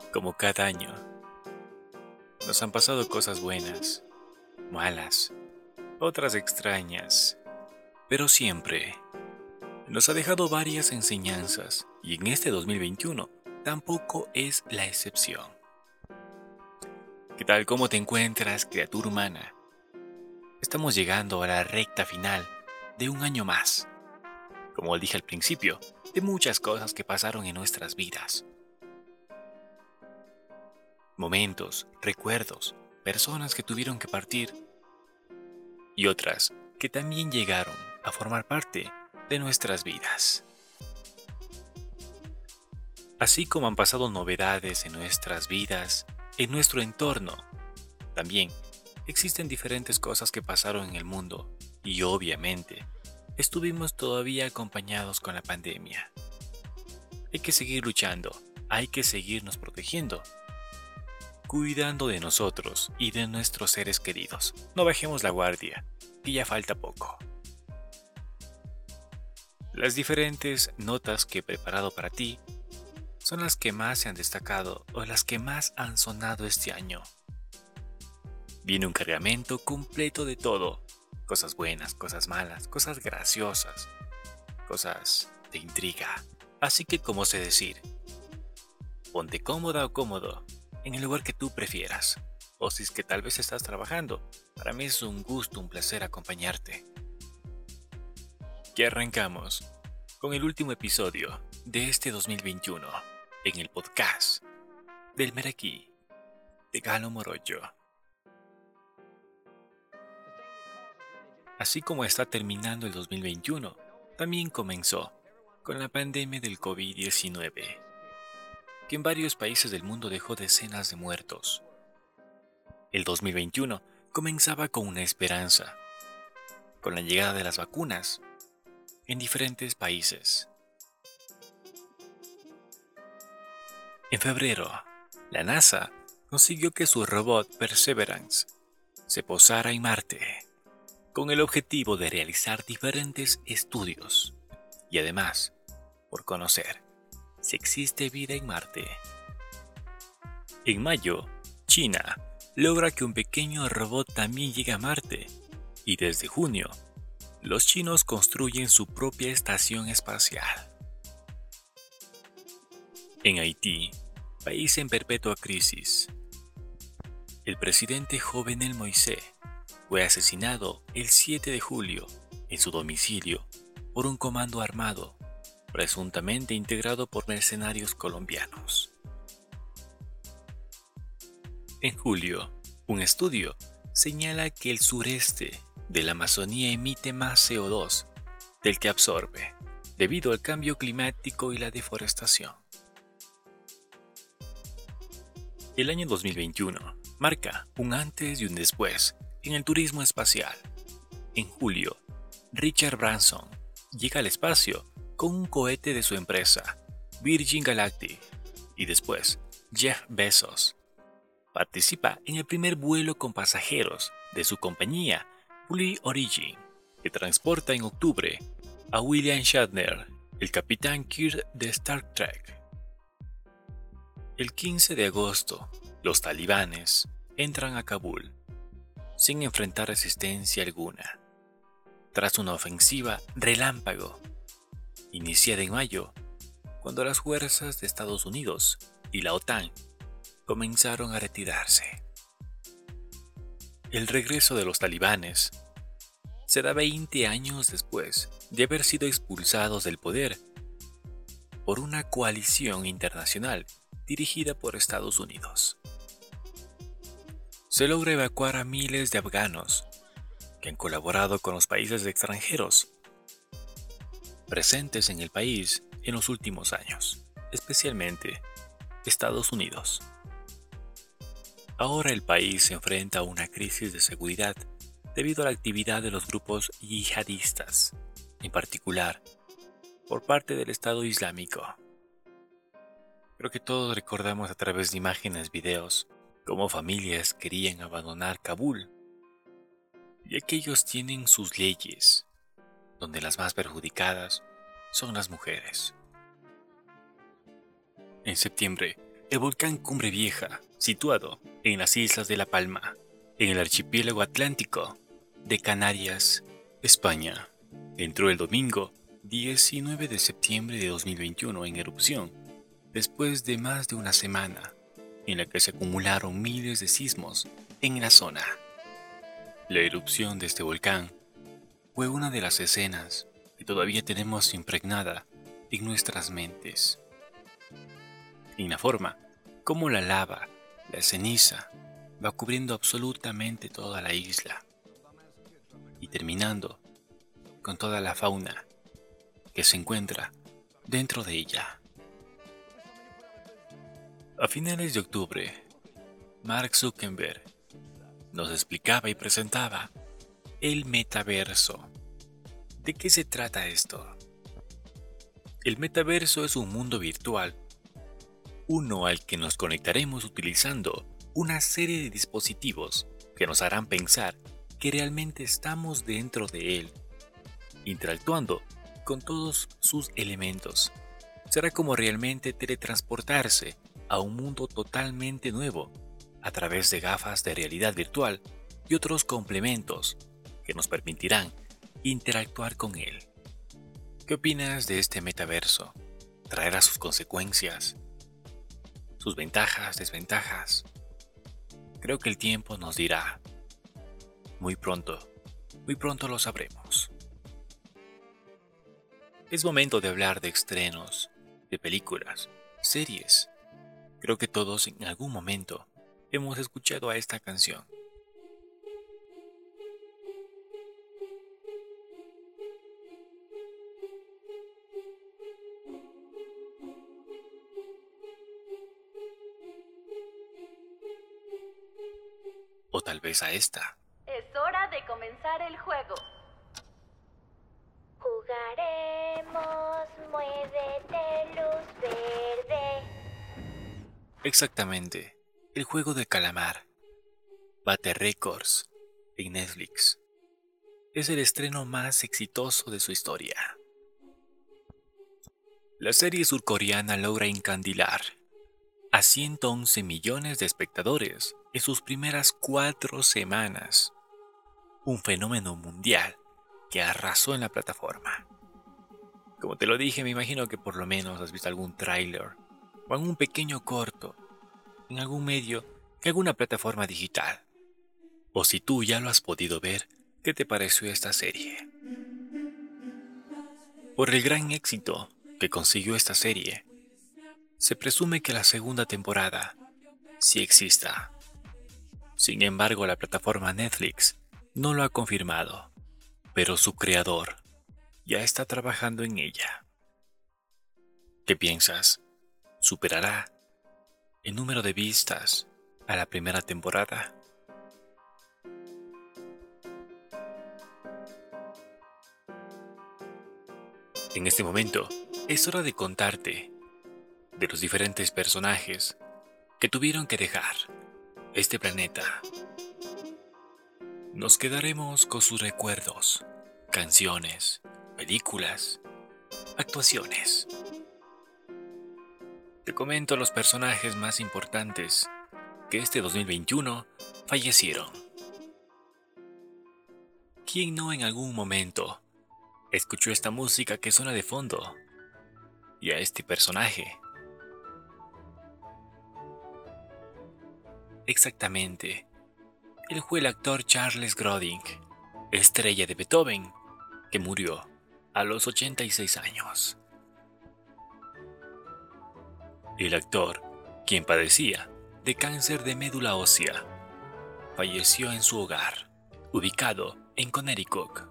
Como cada año, nos han pasado cosas buenas, malas, otras extrañas, pero siempre nos ha dejado varias enseñanzas y en este 2021 tampoco es la excepción. ¿Qué tal? ¿Cómo te encuentras, criatura humana? Estamos llegando a la recta final de un año más. Como dije al principio, de muchas cosas que pasaron en nuestras vidas. Momentos, recuerdos, personas que tuvieron que partir y otras que también llegaron a formar parte de nuestras vidas. Así como han pasado novedades en nuestras vidas, en nuestro entorno, también existen diferentes cosas que pasaron en el mundo y obviamente estuvimos todavía acompañados con la pandemia. Hay que seguir luchando, hay que seguirnos protegiendo, cuidando de nosotros y de nuestros seres queridos. No bajemos la guardia, que ya falta poco. Las diferentes notas que he preparado para ti son las que más se han destacado o las que más han sonado este año. Viene un cargamento completo de todo. Cosas buenas, cosas malas, cosas graciosas, cosas de intriga. Así que, como sé decir, ponte cómoda o cómodo en el lugar que tú prefieras. O si es que tal vez estás trabajando, para mí es un gusto, un placer acompañarte. Y arrancamos con el último episodio de este 2021 en el podcast del Meraquí de Galo Moroyo. Así como está terminando el 2021, también comenzó con la pandemia del COVID-19, que en varios países del mundo dejó decenas de muertos. El 2021 comenzaba con una esperanza, con la llegada de las vacunas en diferentes países. En febrero, la NASA consiguió que su robot Perseverance se posara en Marte, con el objetivo de realizar diferentes estudios y además por conocer si existe vida en Marte. En mayo, China logra que un pequeño robot también llegue a Marte y desde junio, los chinos construyen su propia estación espacial. En Haití, país en perpetua crisis, el presidente Jovenel Moïse fue asesinado el 7 de julio en su domicilio por un comando armado, presuntamente integrado por mercenarios colombianos. En julio, un estudio señala que el sureste de la Amazonía emite más CO2 del que absorbe, debido al cambio climático y la deforestación. El año 2021 marca un antes y un después en el turismo espacial. En julio, Richard Branson llega al espacio con un cohete de su empresa, Virgin Galactic, y después Jeff Bezos participa en el primer vuelo con pasajeros de su compañía Blue Origin, que transporta en octubre a William Shatner, el capitán Kirk de Star Trek. El 15 de agosto, los talibanes entran a Kabul, sin enfrentar resistencia alguna, tras una ofensiva relámpago, iniciada en mayo, cuando las fuerzas de Estados Unidos y la OTAN comenzaron a retirarse. El regreso de los talibanes se da 20 años después de haber sido expulsados del poder por una coalición internacional dirigida por Estados Unidos. Se logra evacuar a miles de afganos que han colaborado con los países extranjeros presentes en el país en los últimos años, especialmente Estados Unidos. Ahora el país se enfrenta a una crisis de seguridad debido a la actividad de los grupos yihadistas, en particular por parte del Estado Islámico. Creo que todos recordamos a través de imágenes, videos, cómo familias querían abandonar Kabul, ya que ellos tienen sus leyes, donde las más perjudicadas son las mujeres. En septiembre, El volcán Cumbre Vieja, situado en las islas de La Palma, en el archipiélago atlántico de Canarias, España, entró el domingo 19 de septiembre de 2021 en erupción, después de más de una semana en la que se acumularon miles de sismos en la zona. La erupción de este volcán fue una de las escenas que todavía tenemos impregnada en nuestras mentes, en la forma como la lava, la ceniza, va cubriendo absolutamente toda la isla y terminando con toda la fauna que se encuentra dentro de ella. A finales de octubre, Mark Zuckerberg nos explicaba y presentaba el metaverso. ¿De qué se trata esto? El metaverso es un mundo virtual, uno al que nos conectaremos utilizando una serie de dispositivos que nos harán pensar que realmente estamos dentro de él, interactuando con todos sus elementos. Será como realmente teletransportarse a un mundo totalmente nuevo a través de gafas de realidad virtual y otros complementos que nos permitirán interactuar con él. ¿Qué opinas de este metaverso? ¿Traerá sus consecuencias? ¿Sus ventajas, desventajas? Creo que el tiempo nos dirá. Muy pronto lo sabremos. Es momento de hablar de estrenos, de películas, series. Creo que todos en algún momento hemos escuchado a esta canción. O tal vez a esta. Es hora de comenzar el juego. Jugaremos, muévete, luz verde. Exactamente, el juego de calamar. Bate récords en Netflix. Es el estreno más exitoso de su historia. La serie surcoreana logra encandilar a 111 millones de espectadores en sus primeras 4 semanas. Un fenómeno mundial que arrasó en la plataforma. Como te lo dije, me imagino que por lo menos has visto algún tráiler o algún pequeño corto en algún medio, en alguna plataforma digital. O si tú ya lo has podido ver, ¿qué te pareció esta serie? Por el gran éxito que consiguió esta serie, se presume que la segunda temporada sí exista. Sin embargo, la plataforma Netflix no lo ha confirmado, pero su creador ya está trabajando en ella. ¿Qué piensas? ¿Superará el número de vistas a la primera temporada? En este momento, es hora de contarte de los diferentes personajes que tuvieron que dejar este planeta. Nos quedaremos con sus recuerdos, canciones, películas, actuaciones. Te comento los personajes más importantes que este 2021 fallecieron. ¿Quién no en algún momento escuchó esta música que suena de fondo y a este personaje? Exactamente, él fue el actor Charles Grodin, estrella de Beethoven, que murió a los 86 años. El actor, quien padecía de cáncer de médula ósea, falleció en su hogar, ubicado en Connecticut.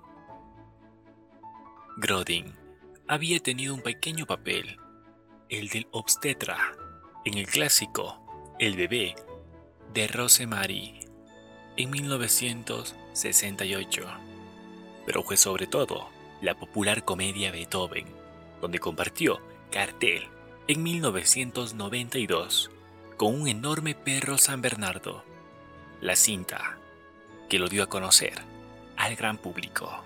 Grodin había tenido un pequeño papel, el del obstetra, en el clásico El bebé de Rosemary, en 1968, pero fue sobre todo la popular comedia Beethoven, donde compartió cartel en 1992 con un enorme perro San Bernardo, la cinta que lo dio a conocer al gran público.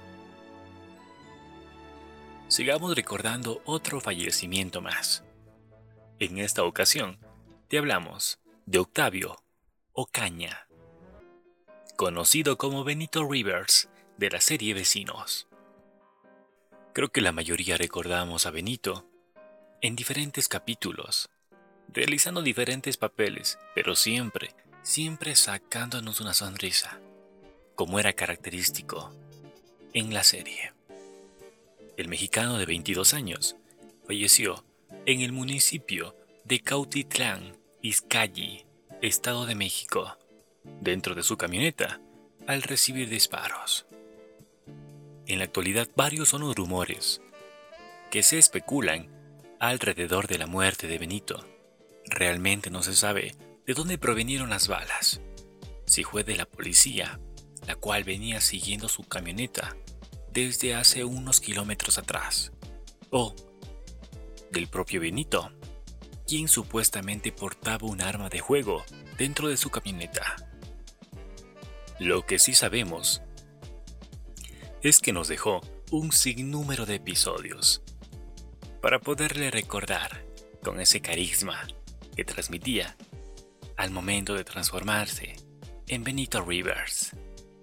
Sigamos recordando otro fallecimiento más. En esta ocasión, Te hablamos de Octavio Ocaña, conocido como Benito Rivers de la serie Vecinos. Creo que la mayoría recordamos a Benito en diferentes capítulos, realizando diferentes papeles, pero siempre sacándonos una sonrisa, como era característico en la serie. El mexicano de 22 años falleció en el municipio de Cautitlán, Izcalli, Estado de México, dentro de su camioneta, al recibir disparos. En la actualidad, varios son los rumores que se especulan alrededor de la muerte de Benito. Realmente no se sabe de dónde provenieron las balas, si fue de la policía, la cual venía siguiendo su camioneta desde hace unos kilómetros atrás, o del propio Benito, quien supuestamente portaba un arma de fuego dentro de su camioneta. Lo que sí sabemos es que nos dejó un sinnúmero de episodios para poderle recordar con ese carisma que transmitía al momento de transformarse en Benito Rivers.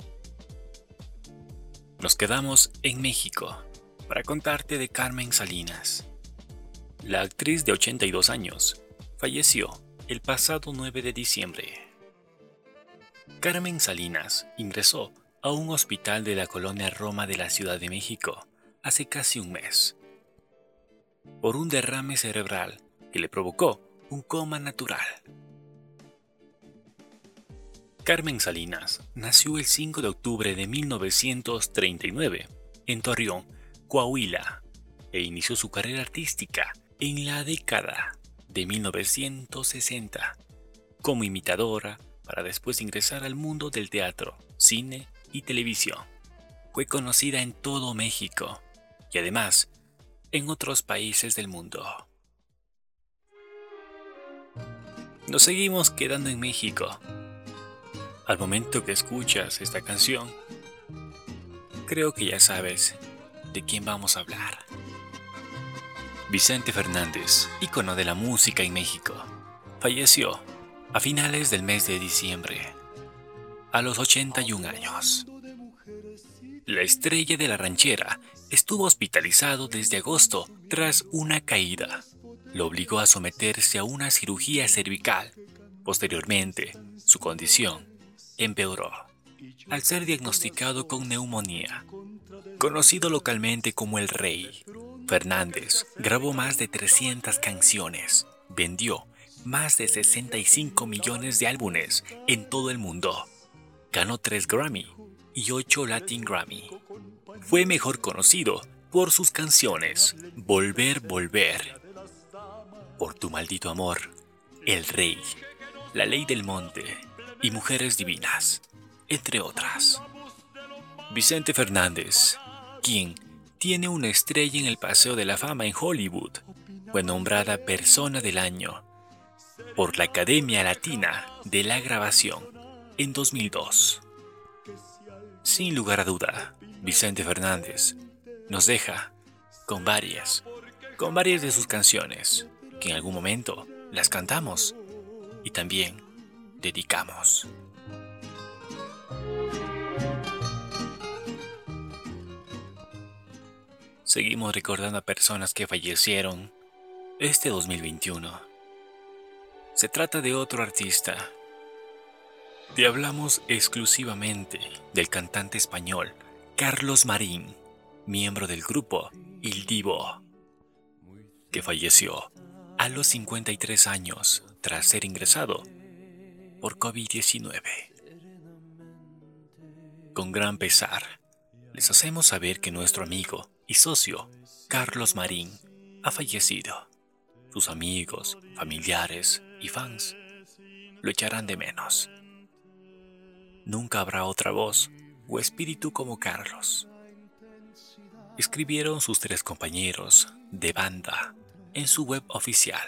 Nos quedamos en México para contarte de Carmen Salinas. La actriz de 82 años falleció el pasado 9 de diciembre. Carmen Salinas ingresó a un hospital de la colonia Roma de la Ciudad de México hace casi un mes, por un derrame cerebral que le provocó un coma natural. Carmen Salinas nació el 5 de octubre de 1939 en Torreón, Coahuila, e inició su carrera artística en la década de 1960 como imitadora, para después ingresar al mundo del teatro, cine y televisión. Fue conocida en todo México y además en otros países del mundo. Nos seguimos quedando en México. Al momento que escuchas esta canción, creo que ya sabes de quién vamos a hablar. Vicente Fernández, ícono de la música en México, falleció a finales del mes de diciembre, a los 81 años. La estrella de la ranchera estuvo hospitalizado desde agosto tras una caída. Lo obligó a someterse a una cirugía cervical. Posteriormente, su condición empeoró al ser diagnosticado con neumonía. Conocido localmente como El Rey, Fernández grabó más de 300 canciones, vendió más de 65 millones de álbumes en todo el mundo, ganó 3 Grammy y 8 Latin Grammy. Fue mejor conocido por sus canciones Volver, Volver, Por tu maldito amor, El Rey, La Ley del Monte y Mujeres Divinas, entre otras. Vicente Fernández, quien tiene una estrella en el Paseo de la Fama en Hollywood, fue nombrada Persona del Año por la Academia Latina de la Grabación en 2002. Sin lugar a duda, Vicente Fernández nos deja con varias de sus canciones que en algún momento las cantamos y también dedicamos. Seguimos recordando a personas que fallecieron este 2021. Se trata de otro artista. Te hablamos exclusivamente del cantante español Carlos Marín, miembro del grupo Il Divo, que falleció a los 53 años tras ser ingresado por COVID-19. Con gran pesar, les hacemos saber que nuestro amigo y socio Carlos Marín ha fallecido. Sus amigos, familiares y fans lo echarán de menos. Nunca habrá otra voz o espíritu como Carlos, escribieron sus 3 compañeros de banda en su web oficial.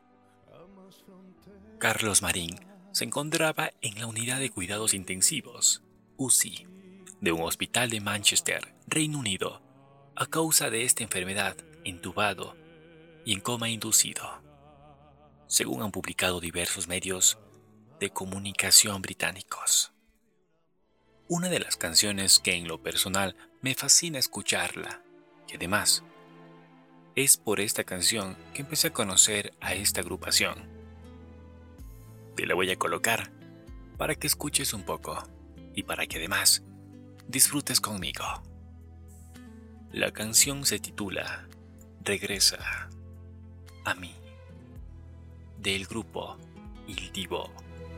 Carlos Marín se encontraba en la unidad de cuidados intensivos, UCI, de un hospital de Manchester, Reino Unido, a causa de esta enfermedad, entubado y en coma inducido. según han publicado diversos medios de comunicación británicos. Una de las canciones que en lo personal me fascina escucharla, y además es por esta canción que empecé a conocer a esta agrupación. Te la voy a colocar para que escuches un poco y para que además disfrutes conmigo. La canción se titula Regresa a mí, del grupo Il Divo.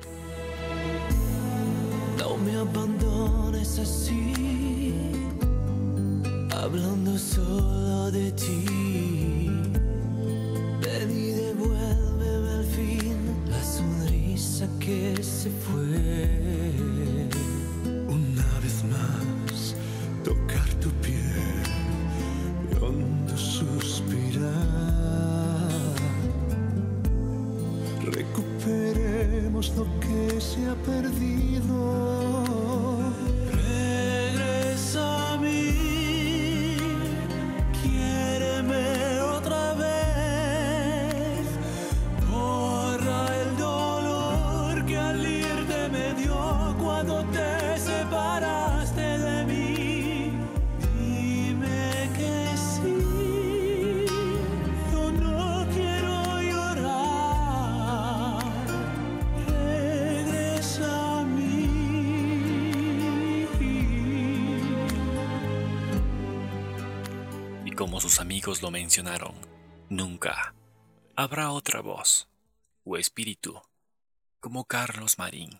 No me abandones así, hablando solo de ti. Ven y devuélveme al fin la sonrisa que se fue. Una vez más, tocar tu piel y hondo suspirar. Recuperemos lo que se ha perdido. Regresa a mí, quiéreme otra vez. Borra el dolor que al irte me dio cuando te separaste de mí. Dime que sí, yo no quiero llorar. Regresa a mí. Y como sus amigos lo mencionaron, nunca habrá otra voz o espíritu como Carlos Marín.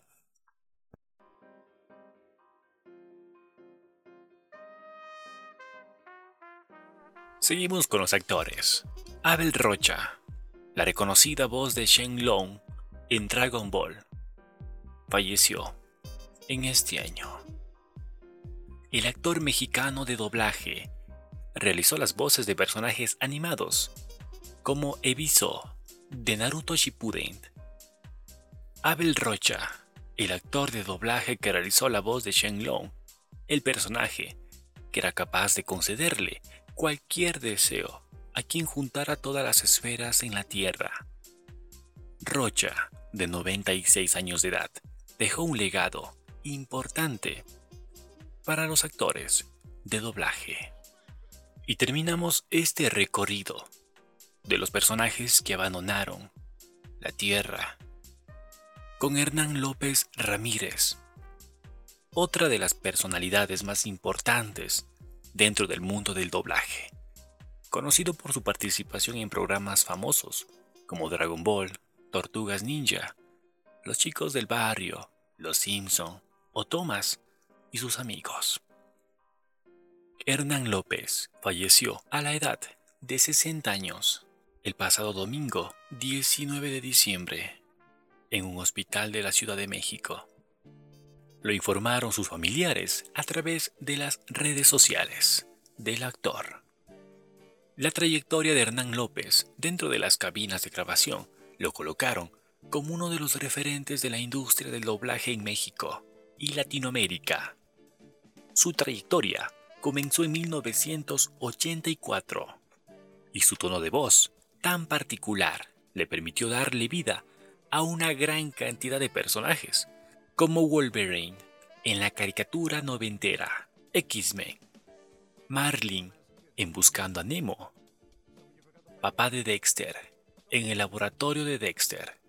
Seguimos con los actores. Abel Rocha, la reconocida voz de Shenlong en Dragon Ball, falleció en este año. El actor mexicano de doblaje realizó las voces de personajes animados como Ebizo de Naruto Shippuden. Abel Rocha, el actor de doblaje que realizó la voz de Shenlong, el personaje que era capaz de concederle cualquier deseo a quien juntara todas las esferas en la tierra. Rocha, de 96 años de edad, dejó un legado importante para los actores de doblaje. Y terminamos este recorrido de los personajes que abandonaron la tierra con Hernán López Ramírez, otra de las personalidades más importantes dentro del mundo del doblaje, conocido por su participación en programas famosos como Dragon Ball, Tortugas Ninja, Los Chicos del Barrio, Los Simpson o Thomas y sus amigos. Hernán López falleció a la edad de 60 años el pasado domingo 19 de diciembre en un hospital de la Ciudad de México. Lo informaron sus familiares a través de las redes sociales del actor. La trayectoria de Hernán López dentro de las cabinas de grabación lo colocaron como uno de los referentes de la industria del doblaje en México y Latinoamérica. Su trayectoria comenzó en 1984 y su tono de voz tan particular le permitió darle vida a una gran cantidad de personajes, como Wolverine en la caricatura noventera X-Men, Marlin en Buscando a Nemo, papá de Dexter en El Laboratorio de Dexter,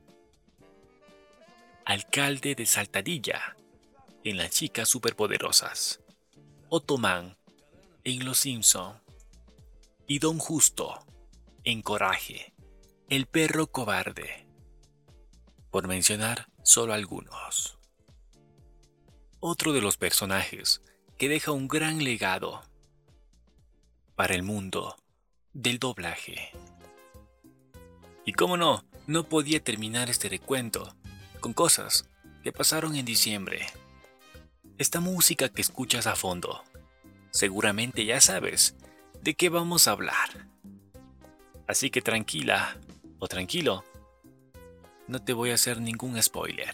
alcalde de Saltadilla en Las Chicas Superpoderosas, Ottoman en Los Simpson y Don Justo en Coraje, el perro cobarde, por mencionar solo algunos. Otro de los personajes que deja un gran legado para el mundo del doblaje. Y cómo no, no podía terminar este recuento con cosas que pasaron en diciembre. Esta música que escuchas a fondo, seguramente ya sabes de qué vamos a hablar. Así que tranquila o tranquilo, no te voy a hacer ningún spoiler.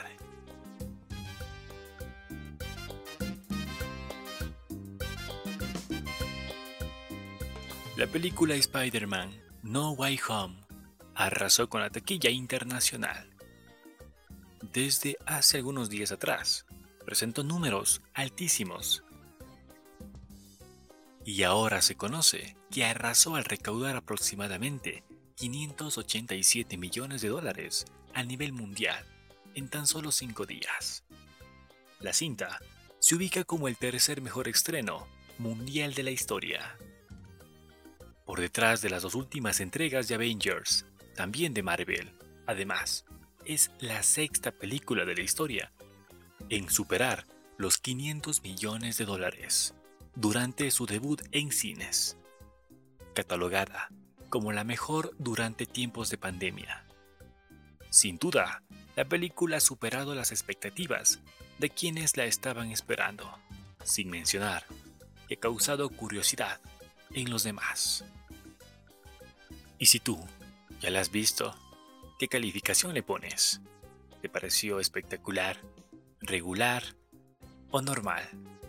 La película Spider-Man No Way Home arrasó con la taquilla internacional. Desde hace algunos días atrás, presentó números altísimos. Y ahora se conoce que arrasó al recaudar aproximadamente 587 millones de dólares a nivel mundial en tan solo 5 días. La cinta se ubica como el tercer mejor estreno mundial de la historia, por detrás de las dos últimas entregas de Avengers, también de Marvel. Además, es la sexta película de la historia en superar los 500 millones de dólares durante su debut en cines, catalogada como la mejor durante tiempos de pandemia. Sin duda, la película ha superado las expectativas de quienes la estaban esperando, sin mencionar que ha causado curiosidad en los demás. Y si tú ya la has visto, ¿qué calificación le pones? ¿Te pareció espectacular, regular o normal?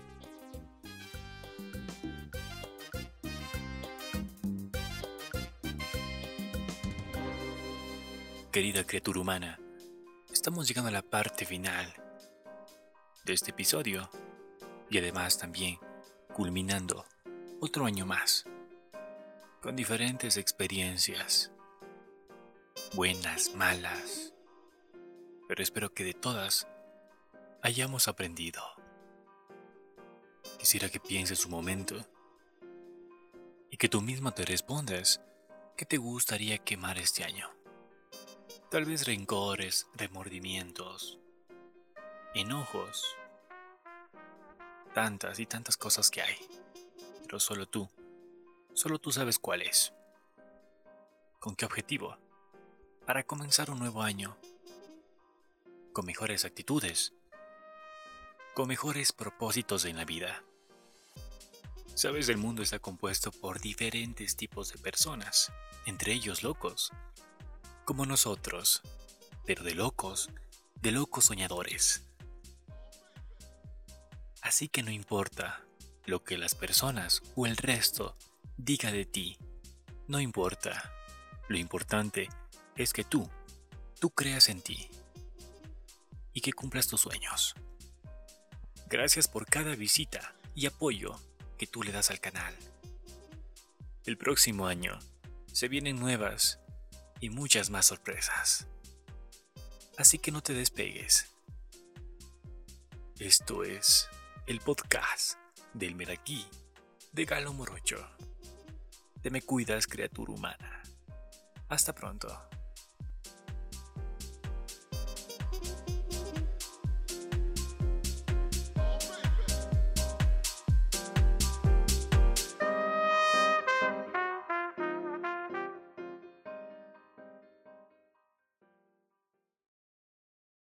Querida criatura humana, estamos llegando a la parte final de este episodio y además también culminando otro año más con diferentes experiencias, buenas, malas, pero espero que de todas hayamos aprendido. Quisiera que pienses un momento y que tú mismo te respondas qué te gustaría quemar este año. Tal vez rencores, remordimientos, enojos, tantas y tantas cosas que hay, pero solo tú sabes cuál es. ¿Con qué objetivo? Para comenzar un nuevo año, con mejores actitudes, con mejores propósitos en la vida. Sabes, el mundo está compuesto por diferentes tipos de personas, entre ellos locos, como nosotros, pero de locos soñadores. Así que no importa lo que las personas o el resto diga de ti, no importa. Lo importante es que tú creas en ti y que cumplas tus sueños. Gracias por cada visita y apoyo que tú le das al canal. El próximo año se vienen nuevas y muchas más sorpresas. Así que no te despegues. Esto es el podcast del Meraquí de Galo Morocho. Te me cuidas, criatura humana. Hasta pronto.